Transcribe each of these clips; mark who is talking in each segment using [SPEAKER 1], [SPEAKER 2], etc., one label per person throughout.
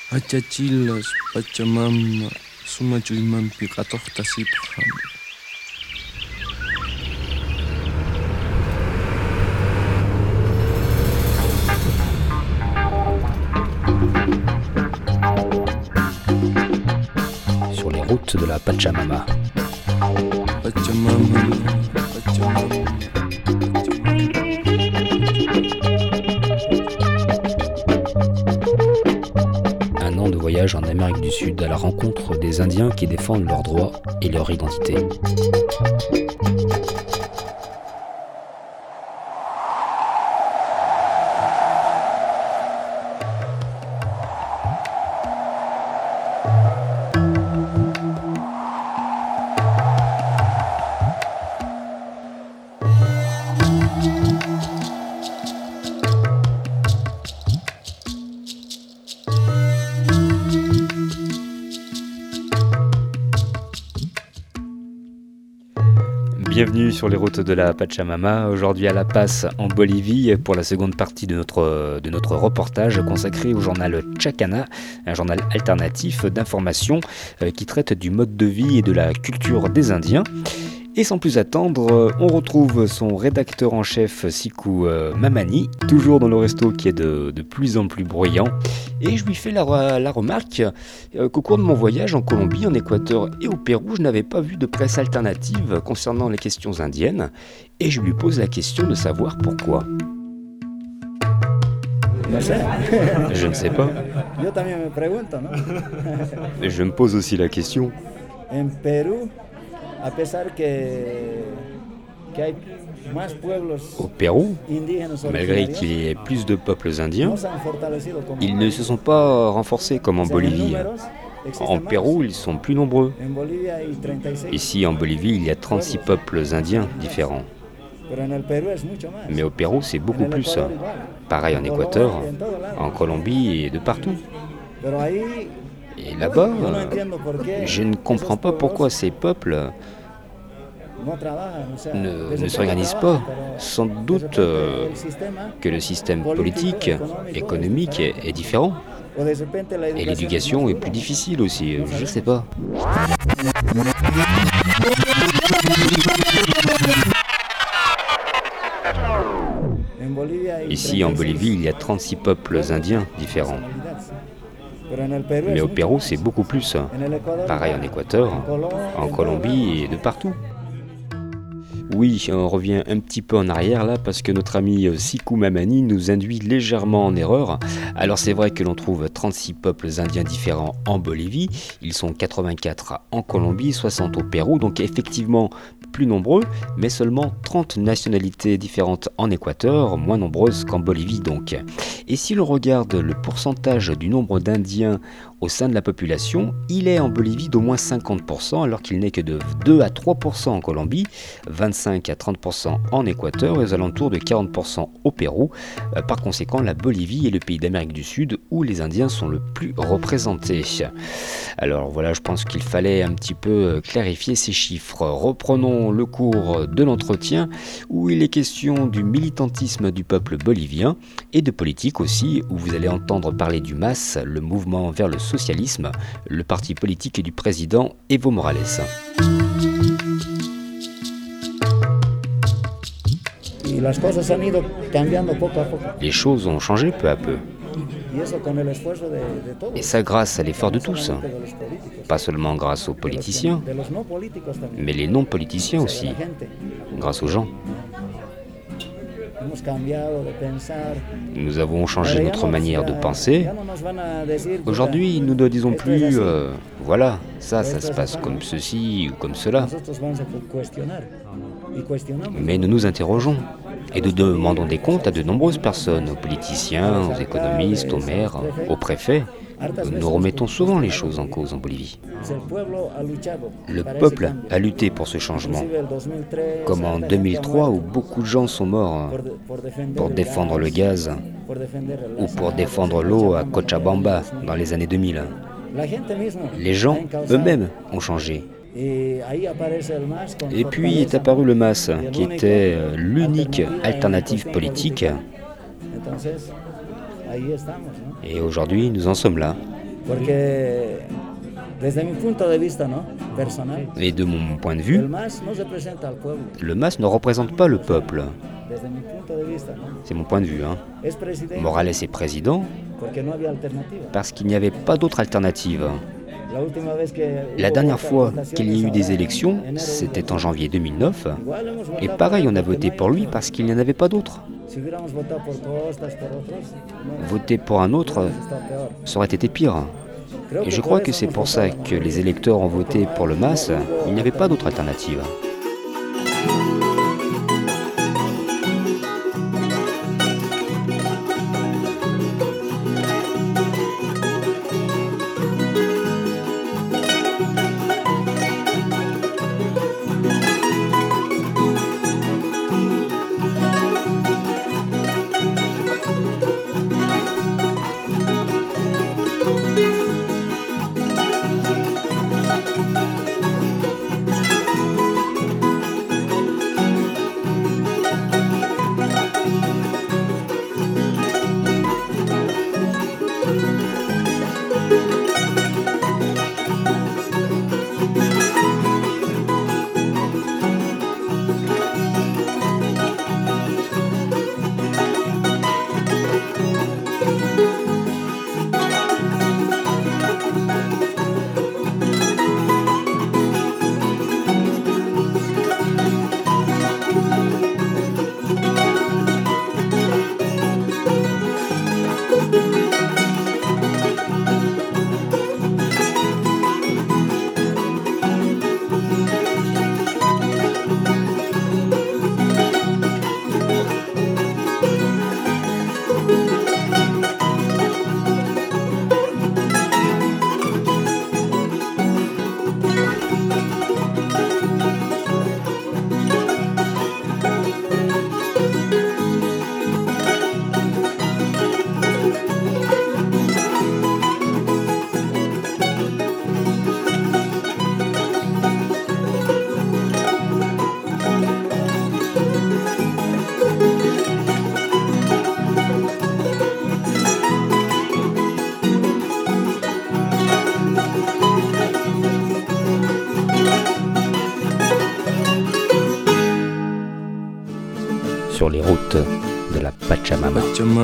[SPEAKER 1] Achachilas Pachamama Sumachuymanpi qhatuqtasipaq.
[SPEAKER 2] Sur les routes de la Pachamama.
[SPEAKER 1] Pachamama, Pachamama.
[SPEAKER 2] Un an de voyage en Amérique du Sud à la rencontre des Indiens qui défendent leurs droits et leur identité. Bienvenue sur les routes de la Pachamama, aujourd'hui à La Paz en Bolivie pour la seconde partie de notre reportage consacré au journal Chacana, un journal alternatif d'information qui traite du mode de vie et de la culture des Indiens. Et sans plus attendre, on retrouve son rédacteur en chef Sikou Mamani, toujours dans le resto qui est de plus en plus bruyant. Et je lui fais la remarque qu'au cours de mon voyage en Colombie, en Équateur et au Pérou, je n'avais pas vu de presse alternative concernant les questions indiennes. Et je lui pose la question de savoir pourquoi. Je ne sais pas. Je me pose aussi la question. Au Pérou, malgré qu'il y ait plus de peuples indiens, ils ne se sont pas renforcés comme en Bolivie. En Pérou, ils sont plus nombreux. Ici, en Bolivie, il y a 36 peuples indiens différents. Mais au Pérou, c'est beaucoup plus. Pareil en Équateur, en Colombie et de partout. Et là-bas, je ne comprends pas pourquoi ces peuples ne s'organisent pas. Sans doute que le système politique, économique est différent. Et l'éducation est plus difficile aussi, je ne sais pas. Ici, en Bolivie, il y a 36 peuples indiens différents. Mais au Pérou, c'est beaucoup plus. Pareil en Équateur, en Colombie et de partout. Oui, on revient un petit peu en arrière là parce que notre ami Sikou Mamani nous induit légèrement en erreur. Alors c'est vrai que l'on trouve 36 peuples indiens différents en Bolivie, ils sont 84 en Colombie, 60 au Pérou, donc effectivement plus nombreux, mais seulement 30 nationalités différentes en Équateur, moins nombreuses qu'en Bolivie donc. Et si l'on regarde le pourcentage du nombre d'Indiens au sein de la population, il est en Bolivie d'au moins 50%, alors qu'il n'est que de 2 à 3% en Colombie, 25 à 30% en Équateur et aux alentours de 40% au Pérou. Par conséquent, la Bolivie est le pays d'Amérique du Sud où les Indiens sont le plus représentés. Alors voilà, je pense qu'il fallait un petit peu clarifier ces chiffres. Reprenons le cours de l'entretien où il est question du militantisme du peuple bolivien et de politique aussi, où vous allez entendre parler du MAS, le mouvement vers le socialisme, le parti politique du président Evo Morales. Les choses ont changé peu à peu. Et ça grâce à l'effort de tous. Pas seulement grâce aux politiciens, mais les non-politiciens aussi, grâce aux gens. Nous avons changé notre manière de penser. Aujourd'hui, nous ne disons plus voilà, ça se passe comme ceci ou comme cela. Mais nous nous interrogeons et nous demandons des comptes à de nombreuses personnes, aux politiciens, aux économistes, aux maires, aux préfets. Nous remettons souvent les choses en cause en Bolivie. Le peuple a lutté pour ce changement, comme en 2003 où beaucoup de gens sont morts pour défendre le gaz ou pour défendre l'eau à Cochabamba dans les années 2000. Les gens eux-mêmes ont changé. Et puis est apparu le MAS, qui était l'unique alternative politique. Et aujourd'hui, nous en sommes là. Et de mon point de vue, le MAS ne représente pas le peuple. C'est mon point de vue. Morales est président parce qu'il n'y avait pas d'autre alternative. La dernière fois qu'il y a eu des élections, c'était en janvier 2009. Et pareil, on a voté pour lui parce qu'il n'y en avait pas d'autre. Voter pour un autre, ça aurait été pire. Et je crois que c'est pour ça que les électeurs ont voté pour le MAS. Il n'y avait pas d'autre alternative. Sur les routes de la Pachamama.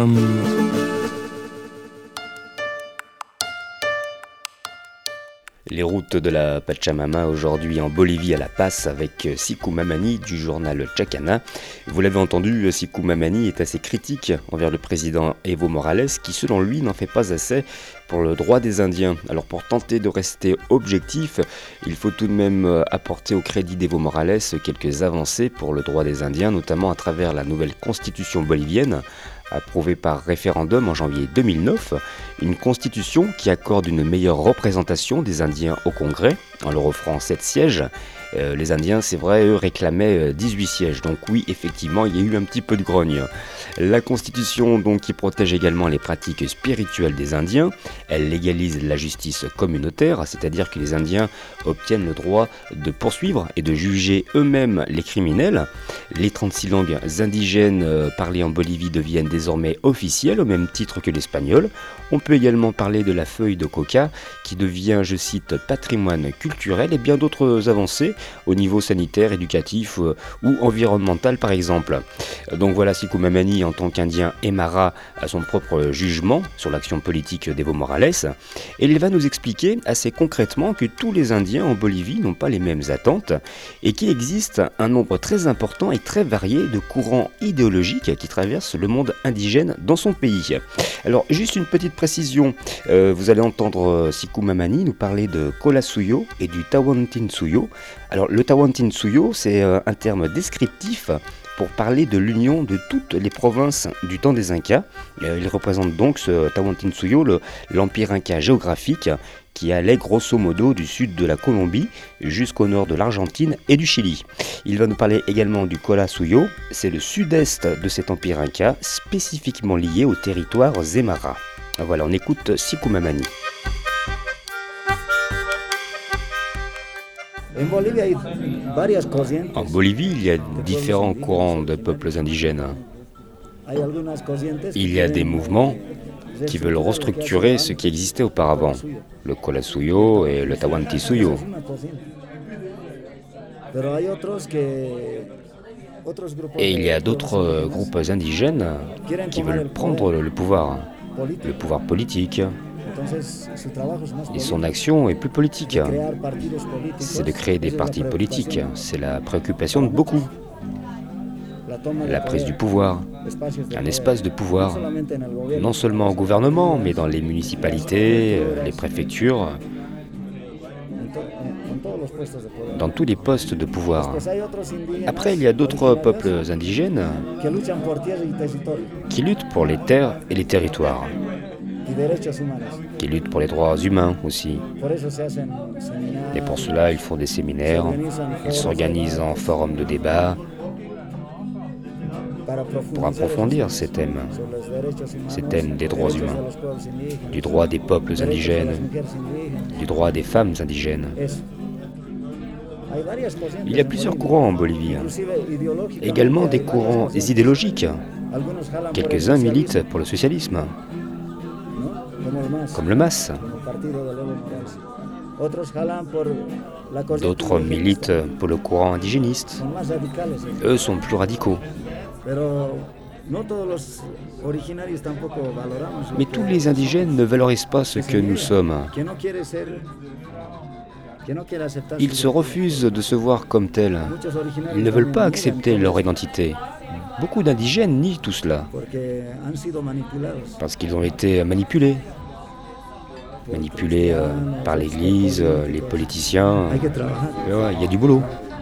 [SPEAKER 2] Les routes de la Pachamama aujourd'hui en Bolivie à La Paz avec Sikou Mamani du journal Chacana. Vous l'avez entendu, Sikou Mamani est assez critique envers le président Evo Morales qui selon lui n'en fait pas assez pour le droit des Indiens. Alors pour tenter de rester objectif, il faut tout de même apporter au crédit d'Evo Morales quelques avancées pour le droit des Indiens, notamment à travers la nouvelle constitution bolivienne approuvée par référendum en janvier 2009, une constitution qui accorde une meilleure représentation des Indiens au Congrès, en leur offrant 7 sièges. Les Indiens, c'est vrai, eux réclamaient 18 sièges. Donc oui, effectivement, il y a eu un petit peu de grogne. La Constitution, donc, qui protège également les pratiques spirituelles des Indiens, elle légalise la justice communautaire, c'est-à-dire que les Indiens obtiennent le droit de poursuivre et de juger eux-mêmes les criminels. Les 36 langues indigènes parlées en Bolivie deviennent désormais officielles, au même titre que l'espagnol. On peut également parler de la feuille de coca, qui devient, je cite, patrimoine culturel et bien d'autres avancées au niveau sanitaire, éducatif ou environnemental par exemple. Donc voilà, Sikou Mamani en tant qu'Indien Aymara a son propre jugement sur l'action politique d'Evo Morales et il va nous expliquer assez concrètement que tous les Indiens en Bolivie n'ont pas les mêmes attentes et qu'il existe un nombre très important et très varié de courants idéologiques qui traversent le monde indigène dans son pays. Alors juste une petite précision, vous allez entendre Sikou Mamani nous parler de Collasuyo et du Tawantinsuyo. Alors le Tawantinsuyo, c'est un terme descriptif pour parler de l'union de toutes les provinces du temps des Incas. Il représente donc ce Tawantinsuyo l'empire inca géographique qui allait grosso modo du sud de la Colombie jusqu'au nord de l'Argentine et du Chili. Il va nous parler également du Collasuyo, c'est le sud-est de cet empire inca spécifiquement lié au territoire Aymara. Voilà, on écoute Sikou Mamani. En Bolivie, il y a différents courants de peuples indigènes. Il y a des mouvements qui veulent restructurer ce qui existait auparavant, le Collasuyo et le Tawantisuyo. Et il y a d'autres groupes indigènes qui veulent prendre le pouvoir politique. Et son action est plus politique. C'est de créer des partis politiques. C'est la préoccupation de beaucoup. La prise du pouvoir, un espace de pouvoir, non seulement au gouvernement, mais dans les municipalités, les préfectures, dans tous les postes de pouvoir. Après, il y a d'autres peuples indigènes qui luttent pour les terres et les territoires, qui luttent pour les droits humains aussi. Et pour cela, ils font des séminaires, ils s'organisent en forums de débat pour approfondir ces thèmes des droits humains, du droit des peuples indigènes, du droit des femmes indigènes. Il y a plusieurs courants en Bolivie, également des courants idéologiques. Quelques-uns militent pour le socialisme, comme le MAS. D'autres militent pour le courant indigéniste. Eux sont plus radicaux. Mais tous les indigènes ne valorisent pas ce que nous sommes. Ils se refusent de se voir comme tels. Ils ne veulent pas accepter leur identité. Beaucoup d'indigènes nient tout cela, parce qu'ils ont été manipulés par l'Église, les politiciens. Il y a du boulot.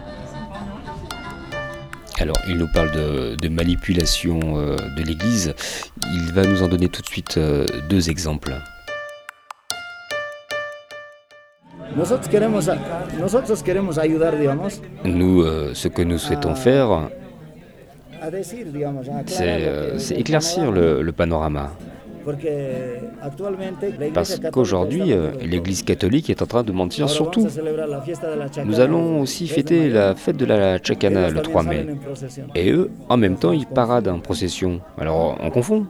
[SPEAKER 2] Alors, il nous parle de manipulation de l'Église. Il va nous en donner tout de suite 2 exemples. Nous, ce que nous souhaitons faire, c'est éclaircir le panorama. Parce qu'aujourd'hui, l'Église catholique est en train de mentir sur tout. Nous allons aussi fêter la fête de la Chacana le 3 mai. Et eux, en même temps, ils paradent en procession. Alors, on confond.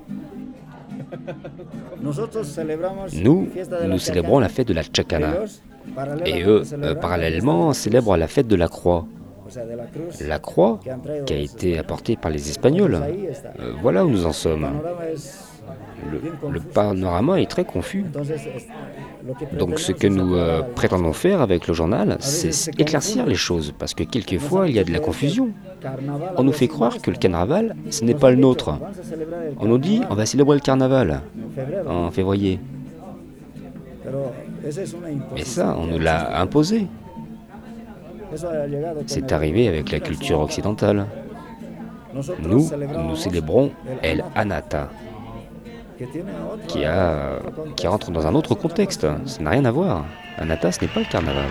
[SPEAKER 2] Nous célébrons la fête de la Chacana. Et eux, parallèlement, célèbrent la fête de la Croix. La croix qui a été apportée par les Espagnols. Voilà où nous en sommes. Le panorama est très confus. Donc ce que nous prétendons faire avec le journal, c'est éclaircir les choses, parce que quelquefois il y a de la confusion. On nous fait croire que le carnaval, ce n'est pas le nôtre. On nous dit, on va célébrer le carnaval en février. Mais ça, on nous l'a imposé. C'est arrivé avec la culture occidentale. Nous célébrons El Anata, qui rentre dans un autre contexte. Ça n'a rien à voir. Anata, ce n'est pas le carnaval.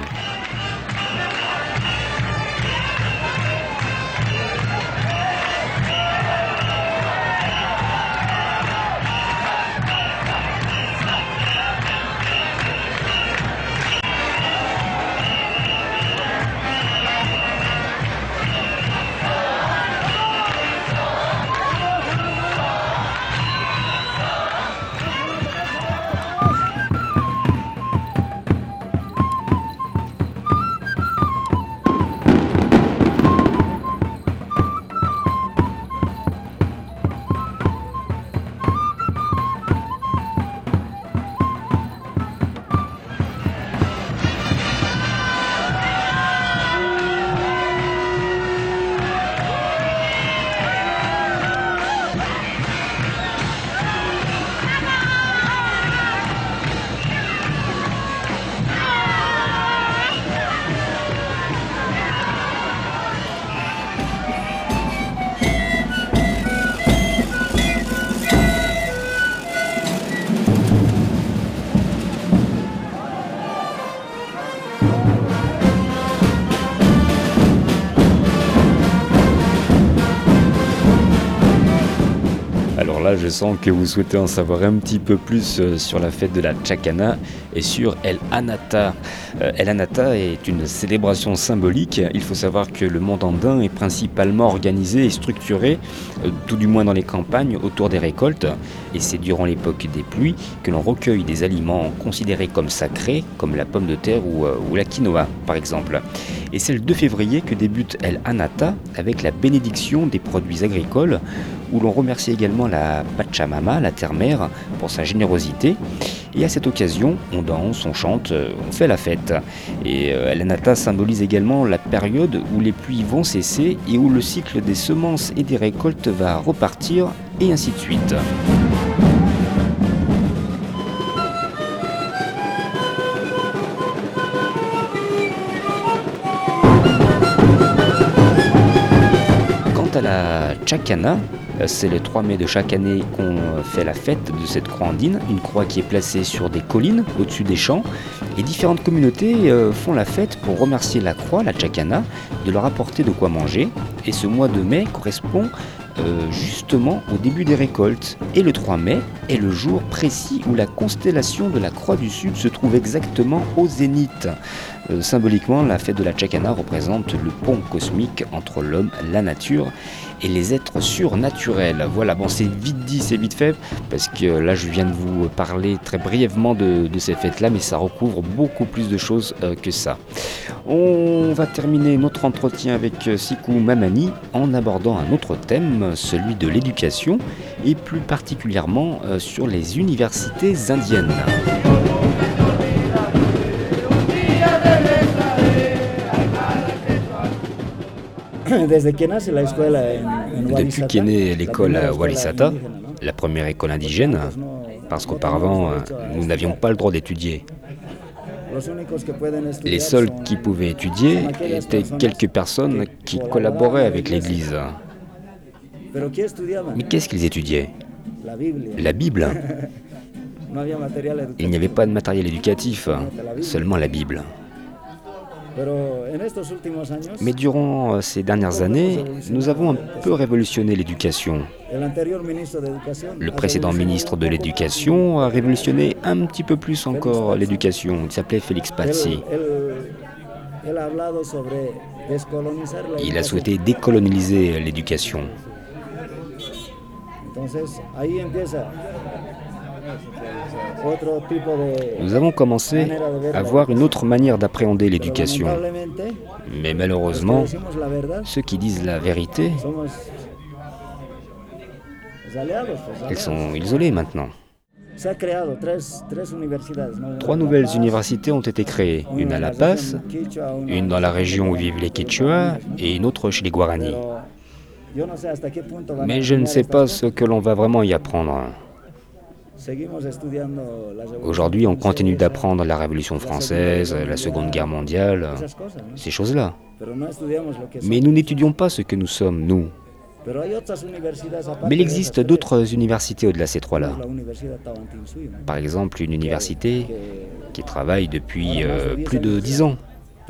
[SPEAKER 2] Là, je sens que vous souhaitez en savoir un petit peu plus sur la fête de la Chacana et sur El Anata. El Anata est une célébration symbolique. Il faut savoir que le monde andin est principalement organisé et structuré, tout du moins dans les campagnes, autour des récoltes. Et c'est durant l'époque des pluies que l'on recueille des aliments considérés comme sacrés, comme la pomme de terre ou la quinoa par exemple. Et c'est le 2 février que débute El Anata avec la bénédiction des produits agricoles, où l'on remercie également la Pachamama, la terre-mère, pour sa générosité. Et à cette occasion, on danse, on chante, on fait la fête. Et El Anata symbolise également la période où les pluies vont cesser et où le cycle des semences et des récoltes va repartir, et ainsi de suite. Quant à la Chacana, c'est le 3 mai de chaque année qu'on fait la fête de cette croix andine, une croix qui est placée sur des collines au-dessus des champs. Et différentes communautés font la fête pour remercier la croix, la Chacana, de leur apporter de quoi manger. Et ce mois de mai correspond justement au début des récoltes. Et le 3 mai est le jour précis où la constellation de la Croix du Sud se trouve exactement au zénith. Symboliquement, la fête de la Chacana représente le pont cosmique entre l'homme, la nature et les êtres surnaturels. Voilà, bon, c'est vite dit, c'est vite fait, parce que là je viens de vous parler très brièvement de ces fêtes-là, mais ça recouvre beaucoup plus de choses que ça. On va terminer notre entretien avec Sikou Mamani en abordant un autre thème, celui de l'éducation, et plus particulièrement sur les universités indiennes. Depuis qu'est née l'école à Walisata, la première école indigène, parce qu'auparavant, nous n'avions pas le droit d'étudier. Les seuls qui pouvaient étudier étaient quelques personnes qui collaboraient avec l'Église. Mais qu'est-ce qu'ils étudiaient ? La Bible. Il n'y avait pas de matériel éducatif, seulement la Bible. Mais durant ces dernières années, nous avons un peu révolutionné l'éducation. Le précédent ministre de l'Éducation a révolutionné un petit peu plus encore l'éducation. Il s'appelait Félix Pazzi. Il a souhaité décoloniser l'éducation. Nous avons commencé à voir une autre manière d'appréhender l'éducation. Mais malheureusement, ceux qui disent la vérité, ils sont isolés maintenant. 3 nouvelles universités ont été créées, une à La Paz, une dans la région où vivent les Quechua et une autre chez les Guarani. Mais je ne sais pas ce que l'on va vraiment y apprendre. Aujourd'hui, on continue d'apprendre la Révolution française, la Seconde Guerre mondiale, ces choses-là. Mais nous n'étudions pas ce que nous sommes, nous. Mais il existe d'autres universités au-delà de ces 3-là. Par exemple, une université qui travaille depuis plus de 10 ans.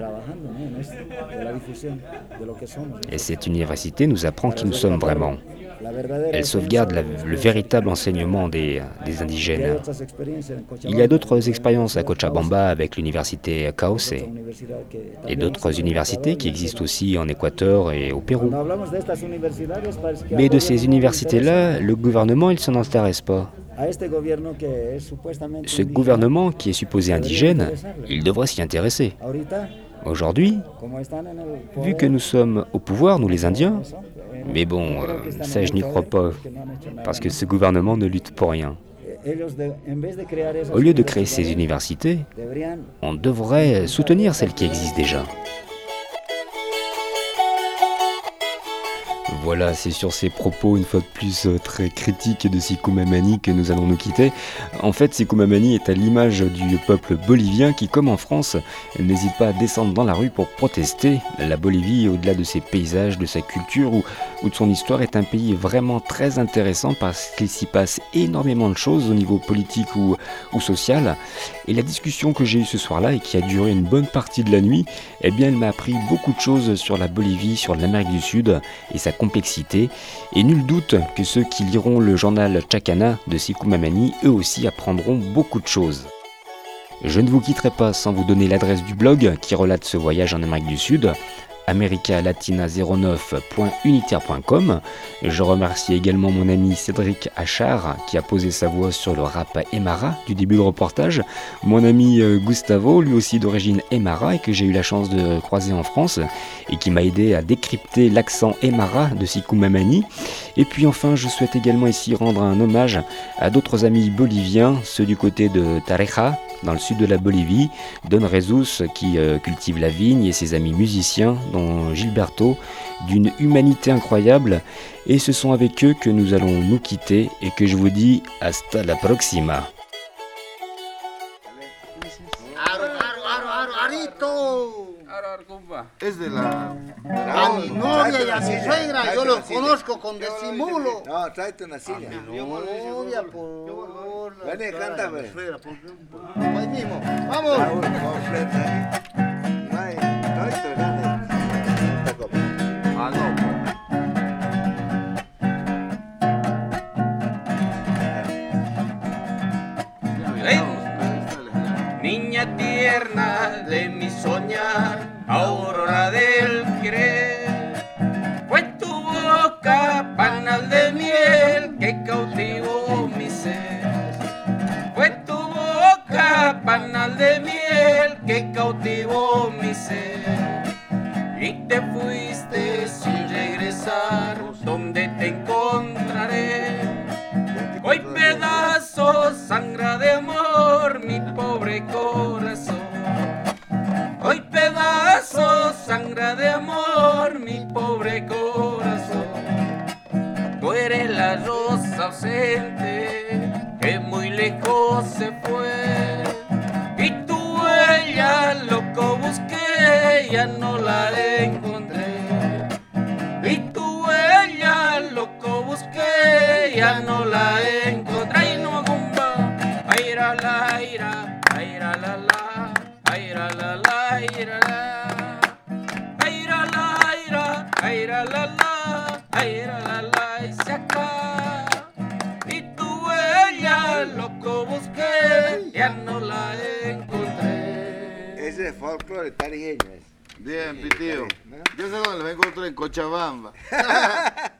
[SPEAKER 2] Et cette université nous apprend qui nous sommes vraiment. Elle sauvegarde le véritable enseignement des indigènes. Il y a d'autres expériences à Cochabamba avec l'université Cauce et d'autres universités qui existent aussi en Équateur et au Pérou. Mais de ces universités-là, le gouvernement, il ne s'en intéresse pas. Ce gouvernement qui est supposé indigène, il devrait s'y intéresser. Aujourd'hui, vu que nous sommes au pouvoir, nous les Indiens, mais bon, ça je n'y crois pas, parce que ce gouvernement ne lutte pour rien. Au lieu de créer ces universités, on devrait soutenir celles qui existent déjà. Voilà, c'est sur ces propos, une fois de plus, très critiques de Sikou Mamani que nous allons nous quitter. En fait, Sikou Mamani est à l'image du peuple bolivien qui, comme en France, n'hésite pas à descendre dans la rue pour protester. La Bolivie, au-delà de ses paysages, de sa culture ou de son histoire, est un pays vraiment très intéressant parce qu'il s'y passe énormément de choses au niveau politique ou social. Et la discussion que j'ai eue ce soir-là et qui a duré une bonne partie de la nuit, eh bien, elle m'a appris beaucoup de choses sur la Bolivie, sur l'Amérique du Sud et sa complexité, et nul doute que ceux qui liront le journal Chacana de Sikou Mamani, eux aussi apprendront beaucoup de choses. Je ne vous quitterai pas sans vous donner l'adresse du blog qui relate ce voyage en Amérique du Sud, americalatina09.unitaire.com. Je remercie également mon ami Cédric Achard qui a posé sa voix sur le rap Aymara du début du reportage. Mon ami Gustavo, lui aussi d'origine Aymara et que j'ai eu la chance de croiser en France et qui m'a aidé à décrypter l'accent Aymara de Sikou Mamani. Et puis enfin, je souhaite également ici rendre un hommage à d'autres amis boliviens, ceux du côté de Tareja, dans le sud de la Bolivie, Don Jesus qui cultive la vigne et ses amis musiciens, dont Gilberto, d'une humanité incroyable. Et ce sont avec eux que nous allons nous quitter et que je vous dis hasta la próxima.
[SPEAKER 3] Es de la...
[SPEAKER 4] A mi novia y a mi suegra, yo los conozco con disimulo.
[SPEAKER 5] No, tráete una silla.
[SPEAKER 4] Novia, por favor.
[SPEAKER 5] Ven, cántame.
[SPEAKER 4] Ahí mismo, vamos.
[SPEAKER 5] No hay grandes.
[SPEAKER 6] Niña tierna de mi soñar, aurora del querer, fue tu boca panal de miel que cautivó mi ser. Fue tu boca panal de miel que cautivó mi ser. Y te fuiste sin regresar, ¿dónde te encontraré? Hoy pedazos sangra de amor mi pobre corazón. Hoy pedazos sangra de amor mi pobre corazón. Tú eres la rosa ausente que muy lejos se fue. Y tu huella loco busqué, ya no la encontré. Y tu huella loco busqué, ya no la encontré. Ay, no gumba, ay ra la, ay ra la la, ay ra la la, ay ra la, ay ra la, ay ra la la, ay ra la la, y se acaba. Y tu huella loco busqué, ya no la encontré.
[SPEAKER 5] Ese es folclore tarijeño.
[SPEAKER 3] Bien, pitío. Yo sé dónde me encontré en Cochabamba.